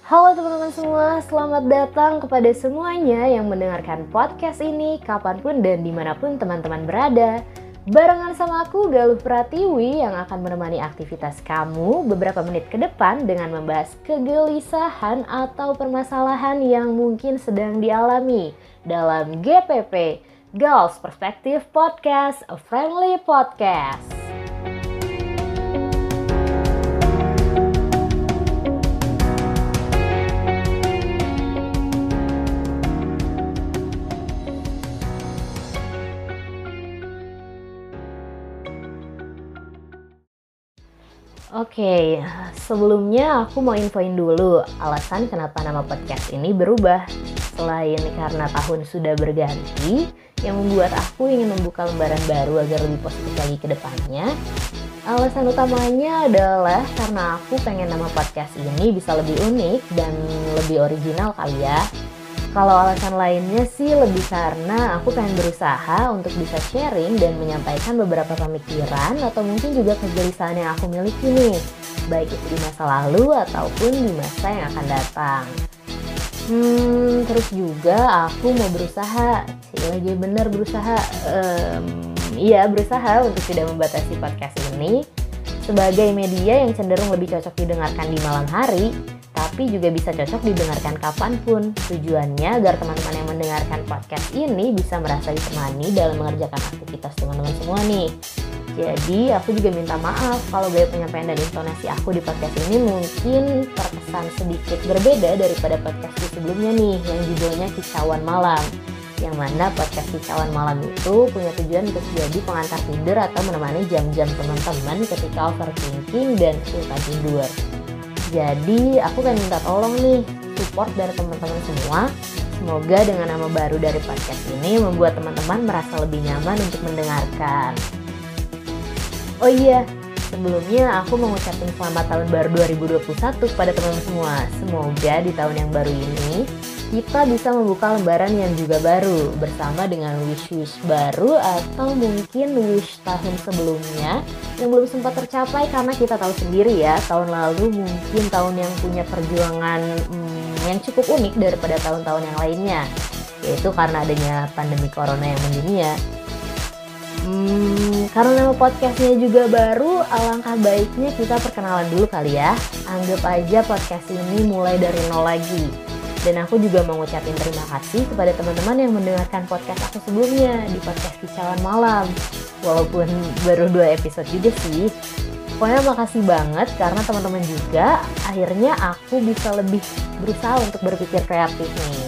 Halo teman-teman semua, selamat datang kepada semuanya yang mendengarkan podcast ini kapanpun dan dimanapun teman-teman berada. Barengan sama aku Galuh Pratiwi yang akan menemani aktivitas kamu beberapa menit ke depan dengan membahas kegelisahan atau permasalahan yang mungkin sedang dialami dalam GPP, Girls Perspective Podcast, a friendly podcast. Oke, sebelumnya aku mau infoin dulu alasan kenapa nama podcast ini berubah. Selain karena tahun sudah berganti, yang membuat aku ingin membuka lembaran baru agar lebih positif lagi ke depannya. Alasan utamanya adalah karena aku pengen nama podcast ini bisa lebih unik dan lebih original kali ya. Kalau alasan lainnya sih lebih karena aku pengen berusaha untuk bisa sharing dan menyampaikan beberapa pemikiran atau mungkin juga kegelisahan yang aku miliki nih, baik itu di masa lalu ataupun di masa yang akan datang. Terus juga aku mau berusaha, lagi bener berusaha, berusaha untuk tidak membatasi podcast ini sebagai media yang cenderung lebih cocok didengarkan di malam hari, tapi juga bisa cocok didengarkan kapanpun. Tujuannya agar teman-teman yang mendengarkan podcast ini bisa merasa ditemani dalam mengerjakan aktivitas teman-teman semua nih. Jadi aku juga minta maaf kalau gaya penyampaian dan intonasi aku di podcast ini mungkin terkesan sedikit berbeda daripada podcast sebelumnya nih, yang judulnya Kicauan Malam. Yang mana podcast Kicauan Malam itu punya tujuan untuk jadi pengantar tidur atau menemani jam-jam teman-teman ketika overthinking dan susah tidur. Jadi aku kan minta tolong nih support dari teman-teman semua. Semoga dengan nama baru dari podcast ini membuat teman-teman merasa lebih nyaman untuk mendengarkan. Oh iya, sebelumnya aku mau ngucapin selamat tahun baru 2021 kepada teman-teman semua. Semoga di tahun yang baru ini kita bisa membuka lembaran yang juga baru bersama dengan wish-wish baru atau mungkin wish tahun sebelumnya yang belum sempat tercapai karena kita tahu sendiri ya, tahun lalu mungkin tahun yang punya perjuangan yang cukup unik daripada tahun-tahun yang lainnya, yaitu karena adanya pandemi corona yang mendunia. Karena nama podcastnya juga baru, alangkah baiknya kita perkenalan dulu kali ya. Anggap aja podcast ini mulai dari nol lagi. Dan aku juga mau ngucapin terima kasih kepada teman-teman yang mendengarkan podcast aku sebelumnya di podcast Kicauan Malam. Walaupun baru 2 episode juga sih. Pokoknya makasih banget karena teman-teman juga akhirnya aku bisa lebih berusaha untuk berpikir kreatif nih.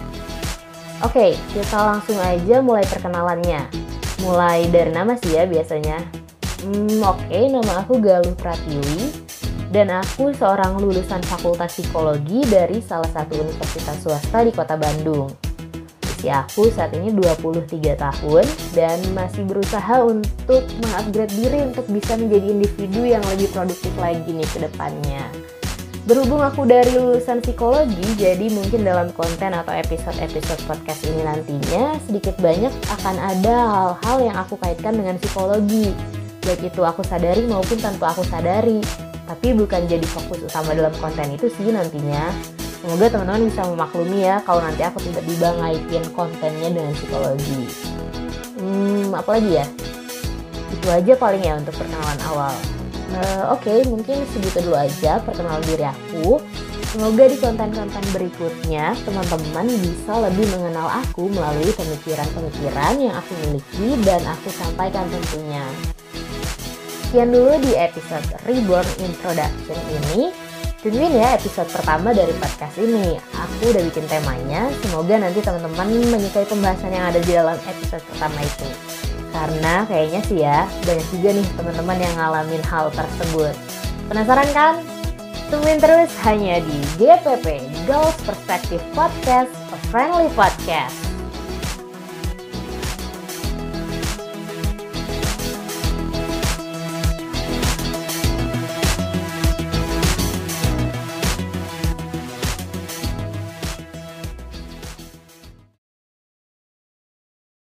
Oke, kita langsung aja mulai perkenalannya. Mulai dari nama sih ya biasanya. Oke, nama aku Galuh Pratiwi. Dan aku seorang lulusan Fakultas Psikologi dari salah satu universitas swasta di Kota Bandung. Usia aku saat ini 23 tahun dan masih berusaha untuk mengupgrade diri untuk bisa menjadi individu yang lebih produktif lagi nih ke depannya. Berhubung aku dari lulusan psikologi, jadi mungkin dalam konten atau episode-episode podcast ini nantinya sedikit banyak akan ada hal-hal yang aku kaitkan dengan psikologi. Baik itu aku sadari maupun tanpa aku sadari. Tapi bukan jadi fokus utama dalam konten itu sih nantinya. Semoga teman-teman bisa memaklumi ya kalau nanti aku tiba-tiba ngaitin kontennya dengan psikologi. Apalagi ya? Itu aja paling ya untuk perkenalan awal. Oke, mungkin segitu dulu aja perkenalan diri aku. Semoga di konten-konten berikutnya teman-teman bisa lebih mengenal aku melalui pemikiran-pemikiran yang aku miliki dan aku sampaikan tentunya. Sekian dulu di episode Reborn Introduction ini. Tungguin ya episode pertama dari podcast ini. Aku udah bikin temanya. Semoga nanti teman-teman menyukai pembahasan yang ada di dalam episode pertama itu. Karena kayaknya sih ya, banyak juga nih teman-teman yang ngalamin hal tersebut. Penasaran kan? Tungguin terus hanya di GPP, Girls Perspective Podcast, a friendly podcast.